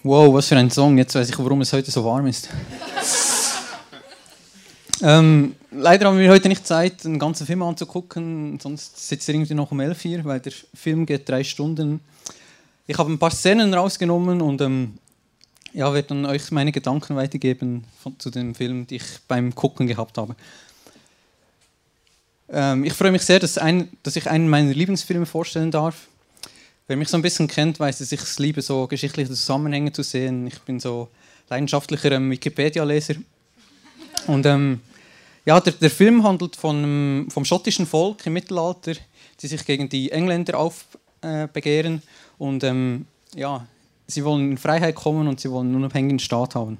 Wow, was für ein Song. Jetzt weiß ich, warum es heute so warm ist. Leider haben wir heute nicht Zeit, einen ganzen Film anzugucken, sonst sitzt er irgendwie noch um 11 Uhr, weil der Film geht 3 Stunden. Ich habe ein paar Szenen rausgenommen und werde dann euch meine Gedanken weitergeben zu dem Film, die ich beim Gucken gehabt habe. Ich freue mich sehr, dass ich einen meiner Lieblingsfilme vorstellen darf. Wer mich so ein bisschen kennt, weiß, dass ich es liebe, so geschichtliche Zusammenhänge zu sehen. Ich bin so leidenschaftlicher Wikipedia-Leser. Und der Film handelt vom schottischen Volk im Mittelalter, die sich gegen die Engländer aufbegehren. Und sie wollen in Freiheit kommen und sie wollen einen unabhängigen Staat haben.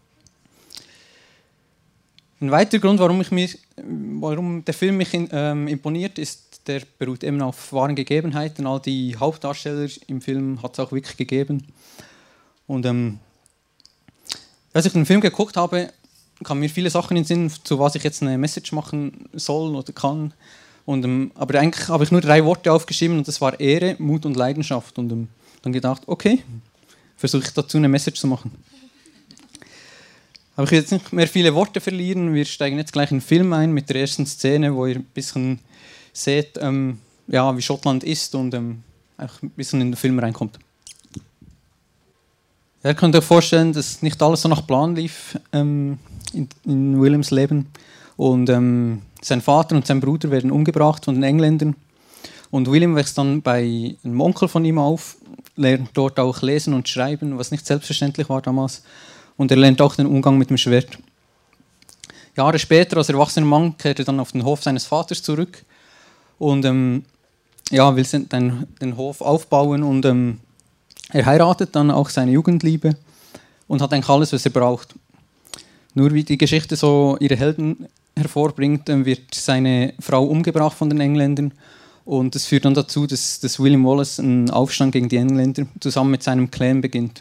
Ein weiterer Grund, warum der Film mich imponiert, ist, der beruht eben auf wahren Gegebenheiten. All die Hauptdarsteller im Film hat es auch wirklich gegeben. Und als ich den Film geguckt habe, kamen mir viele Sachen in den Sinn, zu was ich jetzt eine Message machen soll oder kann. Aber eigentlich habe ich nur 3 Worte aufgeschrieben und das war Ehre, Mut und Leidenschaft. Und dann gedacht, okay, versuche ich dazu eine Message zu machen. Aber ich will jetzt nicht mehr viele Worte verlieren. Wir steigen jetzt gleich in den Film ein mit der ersten Szene, wo ihr ein bisschen seht, wie Schottland ist und auch ein bisschen in den Film reinkommt. Ihr könnt euch vorstellen, dass nicht alles so nach Plan lief in Williams Leben. Und sein Vater und sein Bruder werden umgebracht von den Engländern. Und William wächst dann bei einem Onkel von ihm auf, lernt dort auch lesen und schreiben, was nicht selbstverständlich war damals. Und er lernt auch den Umgang mit dem Schwert. Jahre später, als erwachsener Mann, kehrt er dann auf den Hof seines Vaters zurück und will den Hof aufbauen. Und er heiratet dann auch seine Jugendliebe und hat eigentlich alles, was er braucht. Nur wie die Geschichte so ihre Helden hervorbringt, wird seine Frau umgebracht von den Engländern. Und das führt dann dazu, dass William Wallace einen Aufstand gegen die Engländer zusammen mit seinem Clan beginnt.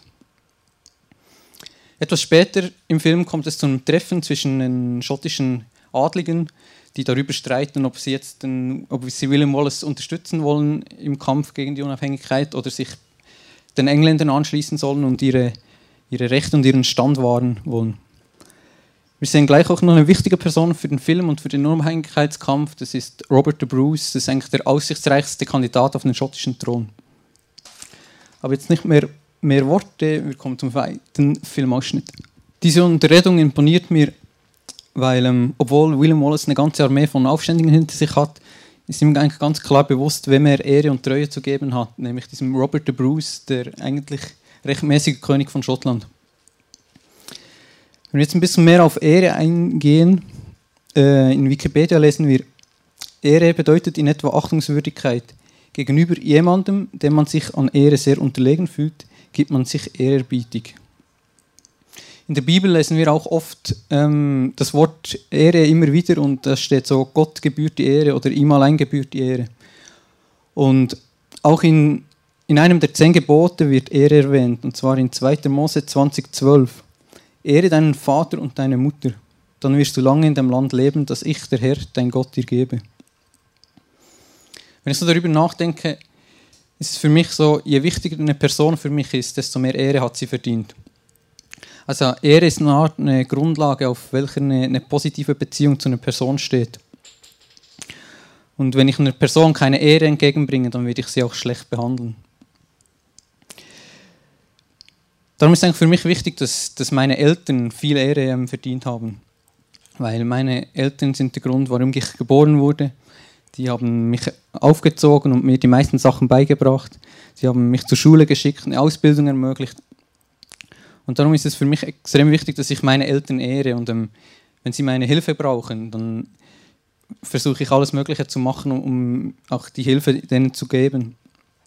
Etwas später im Film kommt es zu einem Treffen zwischen den schottischen Adligen, die darüber streiten, ob sie William Wallace unterstützen wollen im Kampf gegen die Unabhängigkeit oder sich den Engländern anschließen sollen und ihre Rechte und ihren Stand wahren wollen. Wir sehen gleich auch noch eine wichtige Person für den Film und für den Unabhängigkeitskampf. Das ist Robert the Bruce. Das ist eigentlich der aussichtsreichste Kandidat auf den schottischen Thron. Aber jetzt nicht mehr Worte, wir kommen zum zweiten Filmausschnitt. Diese Unterredung imponiert mir, weil, obwohl William Wallace eine ganze Armee von Aufständischen hinter sich hat, ist ihm eigentlich ganz klar bewusst, wem er Ehre und Treue zu geben hat, nämlich diesem Robert the Bruce, der eigentlich rechtmäßige König von Schottland. Wenn wir jetzt ein bisschen mehr auf Ehre eingehen, in Wikipedia lesen wir, Ehre bedeutet in etwa Achtungswürdigkeit. Gegenüber jemandem, dem man sich an Ehre sehr unterlegen fühlt, gibt man sich ehrerbietig. In der Bibel lesen wir auch oft das Wort Ehre immer wieder und da steht so, Gott gebührt die Ehre oder ihm allein gebührt die Ehre. Und auch in einem der 10 Gebote wird Ehre erwähnt, und zwar in 2. Mose 20,12. Ehre deinen Vater und deine Mutter, dann wirst du lange in dem Land leben, das ich, der Herr, dein Gott, dir gebe. Wenn ich so darüber nachdenke, ist es für mich so, je wichtiger eine Person für mich ist, desto mehr Ehre hat sie verdient. Also Ehre ist eine Grundlage, auf welcher eine positive Beziehung zu einer Person steht. Und wenn ich einer Person keine Ehre entgegenbringe, dann werde ich sie auch schlecht behandeln. Darum ist eigentlich für mich wichtig, dass meine Eltern viel Ehre verdient haben. Weil meine Eltern sind der Grund, warum ich geboren wurde. Die haben mich aufgezogen und mir die meisten Sachen beigebracht. Sie haben mich zur Schule geschickt, eine Ausbildung ermöglicht. Und darum ist es für mich extrem wichtig, dass ich meine Eltern ehre. Und wenn sie meine Hilfe brauchen, dann versuche ich alles Mögliche zu machen, um auch die Hilfe denen zu geben.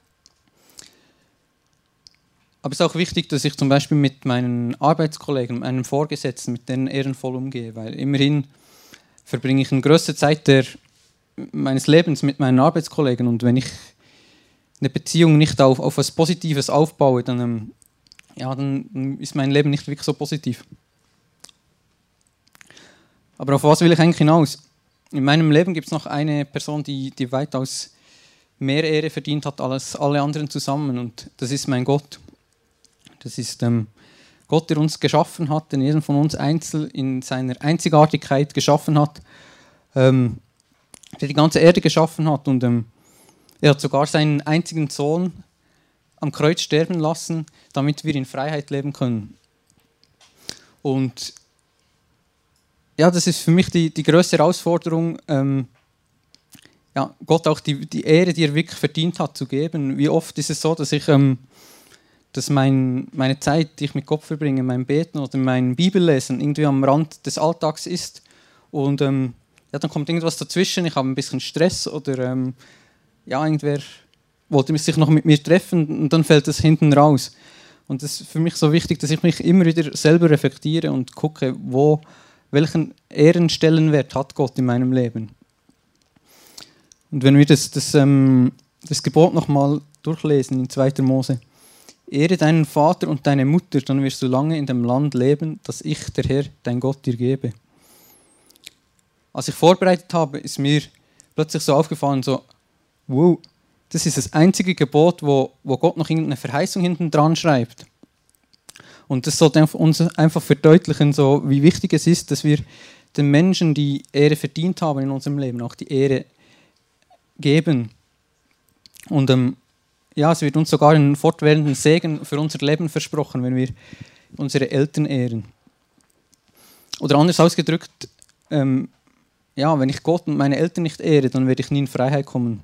Aber es ist auch wichtig, dass ich zum Beispiel mit meinen Arbeitskollegen, meinen Vorgesetzten, mit denen ehrenvoll umgehe. Weil immerhin verbringe ich eine größte Zeit meines Lebens mit meinen Arbeitskollegen. Und wenn ich eine Beziehung nicht auf etwas Positives aufbaue, dann ist mein Leben nicht wirklich so positiv. Aber auf was will ich eigentlich hinaus? In meinem Leben gibt es noch eine Person, die weitaus mehr Ehre verdient hat als alle anderen zusammen. Und das ist mein Gott. Das ist Gott, der uns geschaffen hat, den jeden von uns einzeln in seiner Einzigartigkeit geschaffen hat, der die ganze Erde geschaffen hat und er hat sogar seinen einzigen Sohn am Kreuz sterben lassen, damit wir in Freiheit leben können. Und ja, das ist für mich die größte Herausforderung, Gott auch die Ehre, die er wirklich verdient hat, zu geben. Wie oft ist es so, dass dass meine Zeit, die ich mit Gott verbringe, mein Beten oder mein Bibellesen irgendwie am Rand des Alltags ist und dann kommt irgendwas dazwischen, ich habe ein bisschen Stress oder irgendwer wollte sich noch mit mir treffen und dann fällt das hinten raus. Und das ist für mich so wichtig, dass ich mich immer wieder selber reflektiere und gucke, welchen Ehrenstellenwert hat Gott in meinem Leben. Und wenn wir das Gebot nochmal durchlesen in 2. Mose: Ehre deinen Vater und deine Mutter, dann wirst du lange in dem Land leben, das ich, der Herr, dein Gott, dir gebe. Als ich vorbereitet habe, ist mir plötzlich so aufgefallen, so, wow, das ist das einzige Gebot, wo Gott noch irgendeine Verheißung hinten dran schreibt. Und das sollte uns einfach verdeutlichen, so, wie wichtig es ist, dass wir den Menschen, die Ehre verdient haben in unserem Leben, auch die Ehre geben. Und es wird uns sogar einen fortwährenden Segen für unser Leben versprochen, wenn wir unsere Eltern ehren. Oder anders ausgedrückt, wenn ich Gott und meine Eltern nicht ehre, dann werde ich nie in Freiheit kommen.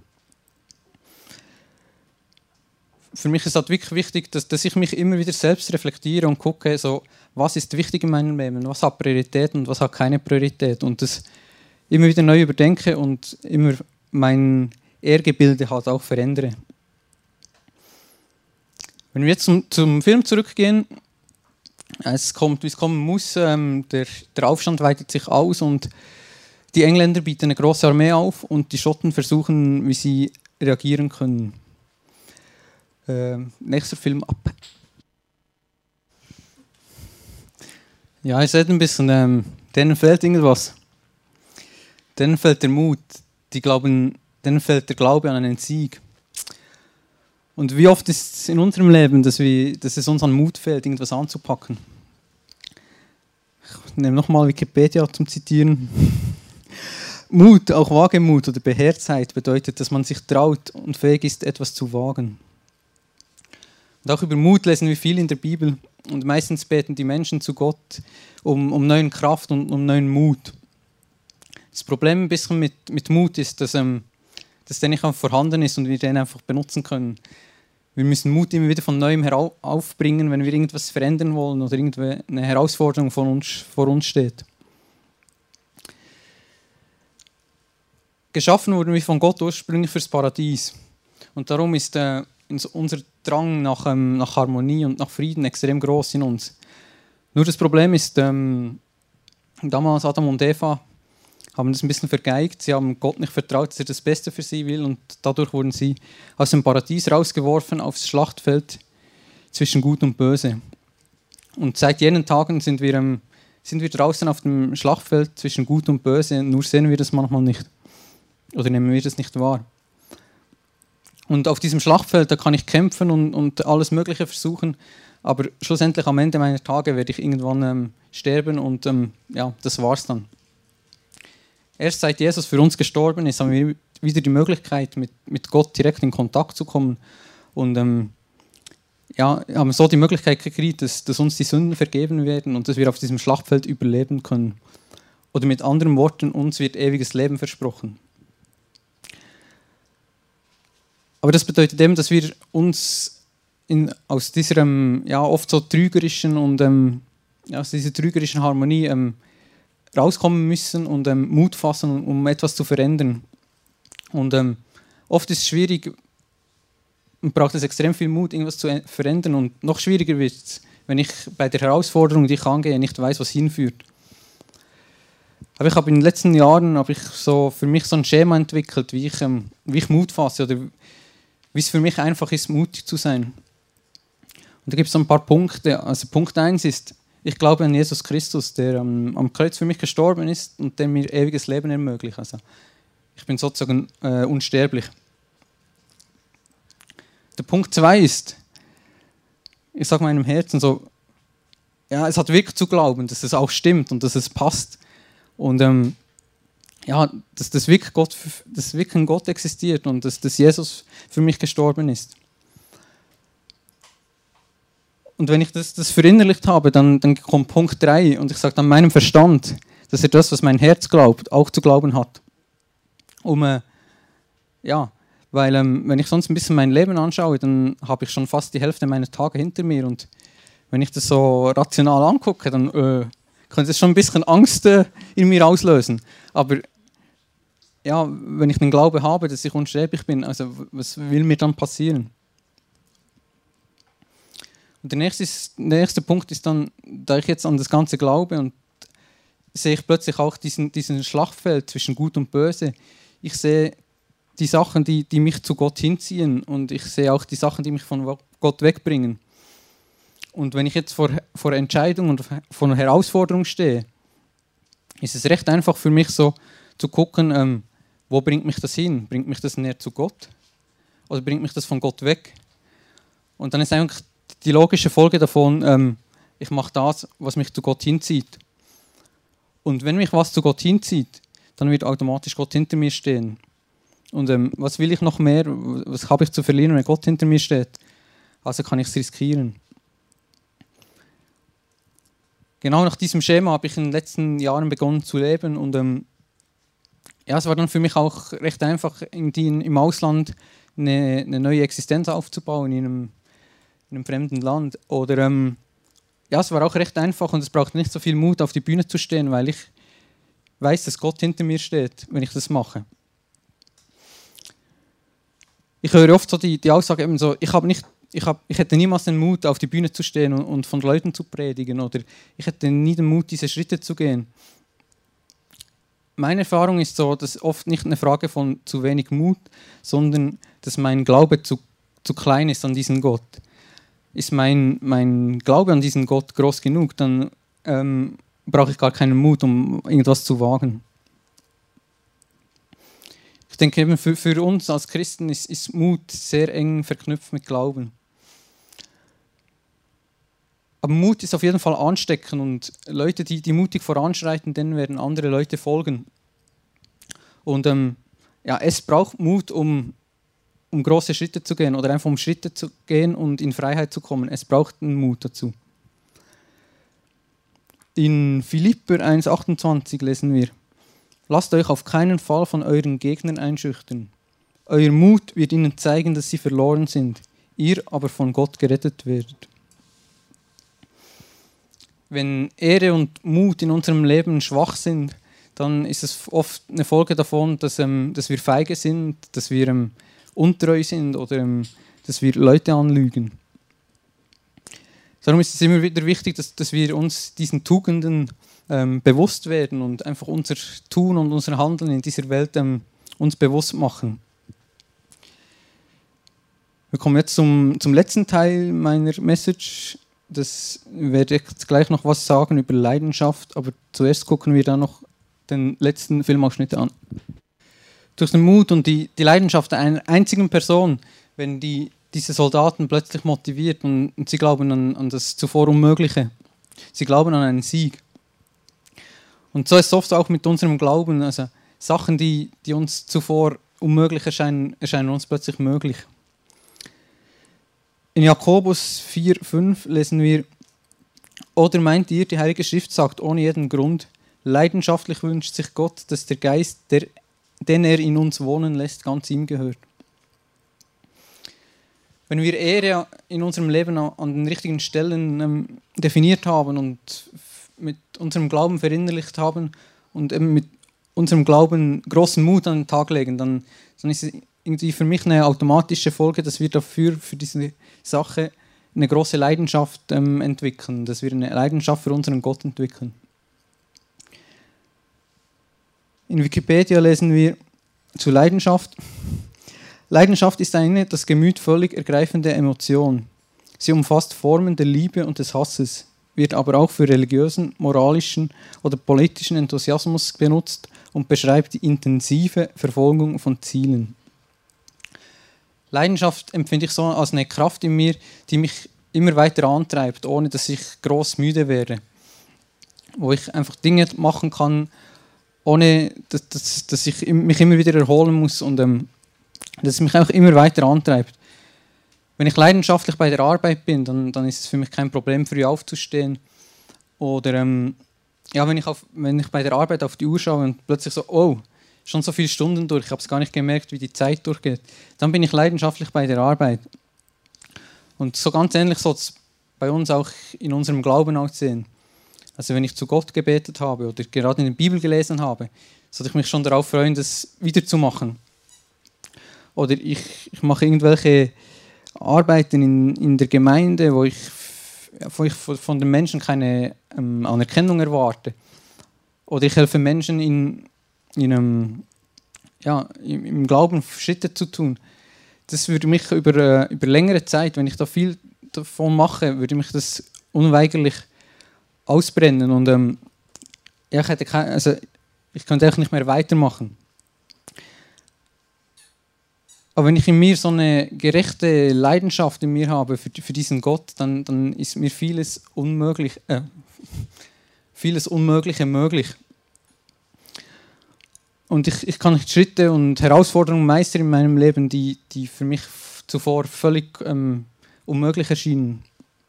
Für mich ist es halt wirklich wichtig, dass ich mich immer wieder selbst reflektiere und gucke, so, was ist wichtig in meinem Leben, was hat Priorität und was hat keine Priorität. Und das immer wieder neu überdenke und immer mein Ehrgebilde halt auch verändere. Wenn wir jetzt zum Film zurückgehen, es kommt, wie es kommen muss, der Aufstand weitet sich aus und die Engländer bieten eine große Armee auf und die Schotten versuchen, wie sie reagieren können. Nächster Film ab. Ja, ihr seht ein bisschen, denen fehlt irgendwas. Denen fehlt der Mut. Denen fehlt der Glaube an einen Sieg. Und wie oft ist es in unserem Leben, dass es uns an Mut fehlt, irgendwas anzupacken? Ich nehme nochmal Wikipedia zum Zitieren. Mut, auch Wagemut oder Beherztheit bedeutet, dass man sich traut und fähig ist, etwas zu wagen. Und auch über Mut lesen wir viel in der Bibel. Und meistens beten die Menschen zu Gott um neuen Kraft und um neuen Mut. Das Problem ein bisschen mit Mut ist, dass der nicht einfach vorhanden ist und wir den einfach benutzen können. Wir müssen Mut immer wieder von Neuem aufbringen, wenn wir irgendwas verändern wollen oder irgendeine Herausforderung vor uns steht. Geschaffen wurden wir von Gott ursprünglich fürs Paradies. Und darum ist unser Drang nach Harmonie und nach Frieden extrem groß in uns. Nur das Problem ist, damals Adam und Eva haben das ein bisschen vergeigt. Sie haben Gott nicht vertraut, dass er das Beste für sie will und dadurch wurden sie aus dem Paradies rausgeworfen aufs Schlachtfeld zwischen Gut und Böse. Und seit jenen Tagen sind wir draußen auf dem Schlachtfeld zwischen Gut und Böse, nur sehen wir das manchmal nicht oder nehmen wir das nicht wahr. Und auf diesem Schlachtfeld, da kann ich kämpfen und alles Mögliche versuchen, aber schlussendlich am Ende meiner Tage werde ich irgendwann sterben und das war's dann. Erst seit Jesus für uns gestorben ist, haben wir wieder die Möglichkeit, mit Gott direkt in Kontakt zu kommen und haben so die Möglichkeit gekriegt, dass uns die Sünden vergeben werden und dass wir auf diesem Schlachtfeld überleben können. Oder mit anderen Worten, uns wird ewiges Leben versprochen. Aber das bedeutet eben, dass wir uns aus dieser oft so trügerischen und aus dieser trügerischen Harmonie rauskommen müssen und Mut fassen, um etwas zu verändern. Und oft ist es schwierig und braucht es extrem viel Mut, irgendwas zu verändern. Und noch schwieriger wird es, wenn ich bei der Herausforderung, die ich angehe, nicht weiß, was hinführt. Aber ich habe in den letzten Jahren so für mich so ein Schema entwickelt, wie ich Mut fasse oder wie es für mich einfach ist, mutig zu sein. Und da gibt es so ein paar Punkte. Also Punkt 1 ist, ich glaube an Jesus Christus, der am Kreuz für mich gestorben ist und der mir ewiges Leben ermöglicht. Also ich bin sozusagen unsterblich. Der Punkt 2 ist, ich sage meinem Herzen so, ja, es hat wirklich zu glauben, dass es auch stimmt und dass es passt. Und ja, dass wirklich ein Gott existiert und dass Jesus für mich gestorben ist. Und wenn ich das verinnerlicht habe, dann kommt Punkt 3 und ich sage dann meinem Verstand, dass er das, was mein Herz glaubt, auch zu glauben hat. Ja, weil wenn ich sonst ein bisschen mein Leben anschaue, dann habe ich schon fast die Hälfte meiner Tage hinter mir und wenn ich das so rational angucke, dann könnte es schon ein bisschen Angst in mir auslösen. Aber ja, wenn ich den Glaube habe, dass ich unsterblich bin, also was will mir dann passieren? Und der nächste Punkt ist dann, da ich jetzt an das Ganze glaube und sehe ich plötzlich auch diesen Schlachtfeld zwischen Gut und Böse. Ich sehe die Sachen, die mich zu Gott hinziehen und ich sehe auch die Sachen, die mich von Gott wegbringen. Und wenn ich jetzt vor Entscheidungen und vor einer Herausforderung stehe, ist es recht einfach für mich so zu gucken, wo bringt mich das hin? Bringt mich das näher zu Gott? Oder bringt mich das von Gott weg? Und dann ist eigentlich die logische Folge davon, ich mache das, was mich zu Gott hinzieht. Und wenn mich was zu Gott hinzieht, dann wird automatisch Gott hinter mir stehen. Und was will ich noch mehr? Was habe ich zu verlieren, wenn Gott hinter mir steht? Also kann ich es riskieren. Genau nach diesem Schema habe ich in den letzten Jahren begonnen zu leben und ja, es war dann für mich auch recht einfach, im Ausland eine neue Existenz aufzubauen in einem fremden Land. Oder ja, es war auch recht einfach und es braucht nicht so viel Mut, auf die Bühne zu stehen, weil ich weiß, dass Gott hinter mir steht, wenn ich das mache. Ich höre oft so die Aussage eben so, ich hätte niemals den Mut, auf die Bühne zu stehen und von Leuten zu predigen oder ich hätte nie den Mut, diese Schritte zu gehen. Meine Erfahrung ist so, dass oft nicht eine Frage von zu wenig Mut, sondern dass mein Glaube zu klein ist an diesen Gott. Ist mein Glaube an diesen Gott groß genug, dann brauche ich gar keinen Mut, um irgendwas zu wagen. Ich denke eben für uns als Christen ist Mut sehr eng verknüpft mit Glauben. Aber Mut ist auf jeden Fall ansteckend und Leute, die mutig voranschreiten, denen werden andere Leute folgen. Und ja, es braucht Mut, um große Schritte zu gehen oder einfach um Schritte zu gehen und in Freiheit zu kommen. Es braucht einen Mut dazu. In Philipper 1,28 lesen wir: Lasst euch auf keinen Fall von euren Gegnern einschüchtern. Euer Mut wird ihnen zeigen, dass sie verloren sind, ihr aber von Gott gerettet werdet. Wenn Ehre und Mut in unserem Leben schwach sind, dann ist es oft eine Folge davon, dass wir feige sind, dass wir untreu sind oder dass wir Leute anlügen. Darum ist es immer wieder wichtig, dass wir uns diesen Tugenden bewusst werden und einfach unser Tun und unser Handeln in dieser Welt uns bewusst machen. Wir kommen jetzt zum letzten Teil meiner Message. Das werde ich jetzt gleich noch was sagen über Leidenschaft, aber zuerst gucken wir dann noch den letzten Filmausschnitt an. Durch den Mut und die Leidenschaft einer einzigen Person werden diese Soldaten plötzlich motiviert und sie glauben an das zuvor Unmögliche. Sie glauben an einen Sieg. Und so ist es oft auch mit unserem Glauben. Also Sachen, die uns zuvor unmöglich erscheinen uns plötzlich möglich. In Jakobus 4,5 lesen wir: Oder meint ihr, die Heilige Schrift sagt ohne jeden Grund, leidenschaftlich wünscht sich Gott, dass der Geist, den er in uns wohnen lässt, ganz ihm gehört. Wenn wir Ehre in unserem Leben an den richtigen Stellen definiert haben und mit unserem Glauben verinnerlicht haben und eben mit unserem Glauben großen Mut an den Tag legen, dann ist es irgendwie für mich eine automatische Folge, dass wir für diese Sache eine große Leidenschaft entwickeln, dass wir eine Leidenschaft für unseren Gott entwickeln. In Wikipedia lesen wir zu Leidenschaft: Leidenschaft ist eine das Gemüt völlig ergreifende Emotion. Sie umfasst Formen der Liebe und des Hasses, wird aber auch für religiösen, moralischen oder politischen Enthusiasmus benutzt und beschreibt die intensive Verfolgung von Zielen. Leidenschaft empfinde ich so als eine Kraft in mir, die mich immer weiter antreibt, ohne dass ich gross müde werde. Wo ich einfach Dinge machen kann, ohne dass ich mich immer wieder erholen muss und dass es mich auch immer weiter antreibt. Wenn ich leidenschaftlich bei der Arbeit bin, dann ist es für mich kein Problem, früh aufzustehen. Oder ja, wenn ich bei der Arbeit auf die Uhr schaue und plötzlich so, oh, schon so viele Stunden durch, ich habe es gar nicht gemerkt, wie die Zeit durchgeht, dann bin ich leidenschaftlich bei der Arbeit. Und so ganz ähnlich soll es bei uns auch in unserem Glauben aussehen. Also wenn ich zu Gott gebetet habe oder gerade in der Bibel gelesen habe, sollte ich mich schon darauf freuen, das wiederzumachen. Oder ich mache irgendwelche Arbeiten in der Gemeinde, wo ich von den Menschen keine Anerkennung erwarte. Oder ich helfe Menschen im Glauben Schritte zu tun. Das würde mich über längere Zeit, wenn ich da viel davon mache, würde mich das unweigerlich ausbrennen. Und ich könnte auch nicht mehr weitermachen. Aber wenn ich in mir so eine gerechte Leidenschaft in mir habe für diesen Gott, dann ist mir vieles Unmögliche möglich. Und ich kann Schritte und Herausforderungen meistern in meinem Leben, die für mich zuvor völlig unmöglich erschienen.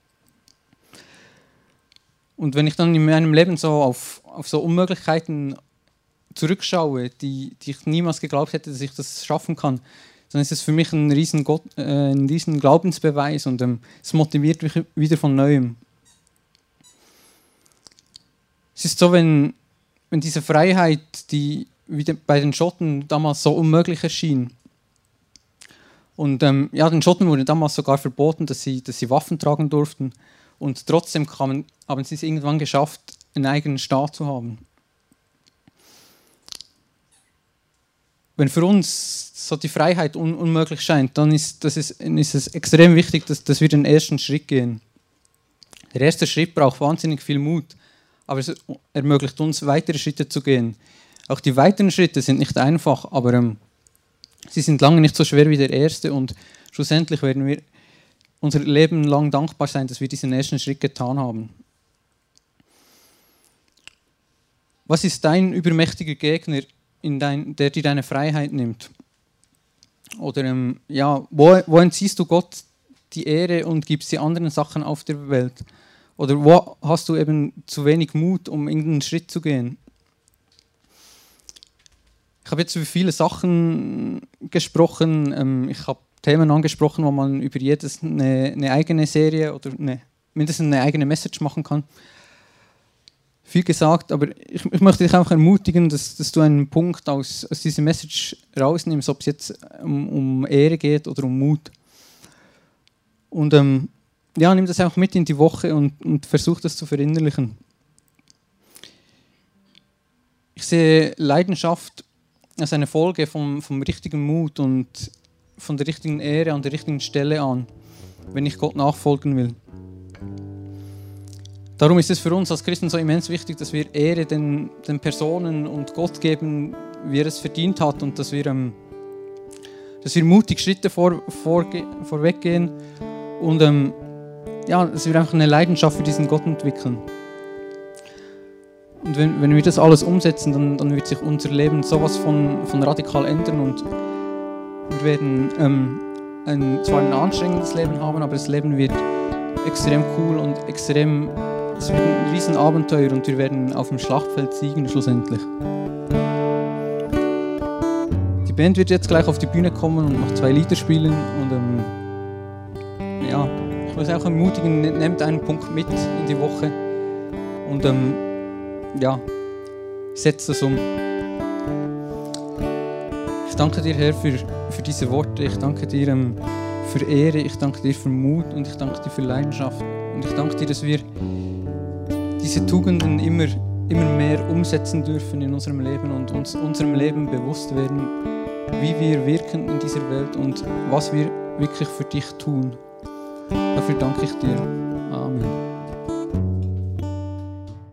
Und wenn ich dann in meinem Leben so auf so Unmöglichkeiten zurückschaue, die ich niemals geglaubt hätte, dass ich das schaffen kann, dann ist es für mich ein riesen Glaubensbeweis und es motiviert mich wieder von Neuem. Es ist so, wenn diese Freiheit, die wieder bei den Schotten damals so unmöglich erschien, und den Schotten wurde damals sogar verboten, dass sie Waffen tragen durften, und trotzdem haben sie es irgendwann geschafft, einen eigenen Staat zu haben. Wenn für uns so die Freiheit unmöglich scheint, dann ist es extrem wichtig, dass wir den ersten Schritt gehen. Der erste Schritt braucht wahnsinnig viel Mut, aber es ermöglicht uns, weitere Schritte zu gehen. Auch die weiteren Schritte sind nicht einfach, aber sie sind lange nicht so schwer wie der erste und schlussendlich werden wir unser Leben lang dankbar sein, dass wir diesen ersten Schritt getan haben. Was ist dein übermächtiger Gegner, der dir deine Freiheit nimmt? Oder wo entziehst du Gott die Ehre und gibst sie anderen Sachen auf der Welt? Oder wo hast du eben zu wenig Mut, um irgendeinen Schritt zu gehen? Ich habe jetzt über viele Sachen gesprochen. Ich habe Themen angesprochen, wo man über jedes eine eigene Serie oder mindestens eine eigene Message machen kann. Viel gesagt, aber ich möchte dich einfach ermutigen, dass du einen Punkt aus dieser Message rausnimmst, ob es jetzt um Ehre geht oder um Mut. Und nimm das auch mit in die Woche und versuch das zu verinnerlichen. Ich sehe Leidenschaft als eine Folge vom richtigen Mut und von der richtigen Ehre an der richtigen Stelle an, wenn ich Gott nachfolgen will. Darum ist es für uns als Christen so immens wichtig, dass wir Ehre den Personen und Gott geben, wie er es verdient hat, und dass wir mutig Schritte vorweggehen und dass wir einfach eine Leidenschaft für diesen Gott entwickeln. Und wenn wir das alles umsetzen, dann wird sich unser Leben sowas von radikal ändern und wir werden zwar ein anstrengendes Leben haben, aber das Leben wird extrem cool und es wird ein riesen Abenteuer und wir werden auf dem Schlachtfeld siegen schlussendlich. Die Band wird jetzt gleich auf die Bühne kommen und noch 2 Lieder spielen und ich muss auch ermutigen, nehmt einen Punkt mit in die Woche und setzt das um. Ich danke dir, Herr, für diese Worte. Ich danke dir für Ehre, ich danke dir für Mut und ich danke dir für Leidenschaft. Und ich danke dir, dass wir diese Tugenden immer mehr umsetzen dürfen in unserem Leben und uns unserem Leben bewusst werden, wie wir wirken in dieser Welt und was wir wirklich für dich tun. Dafür danke ich dir.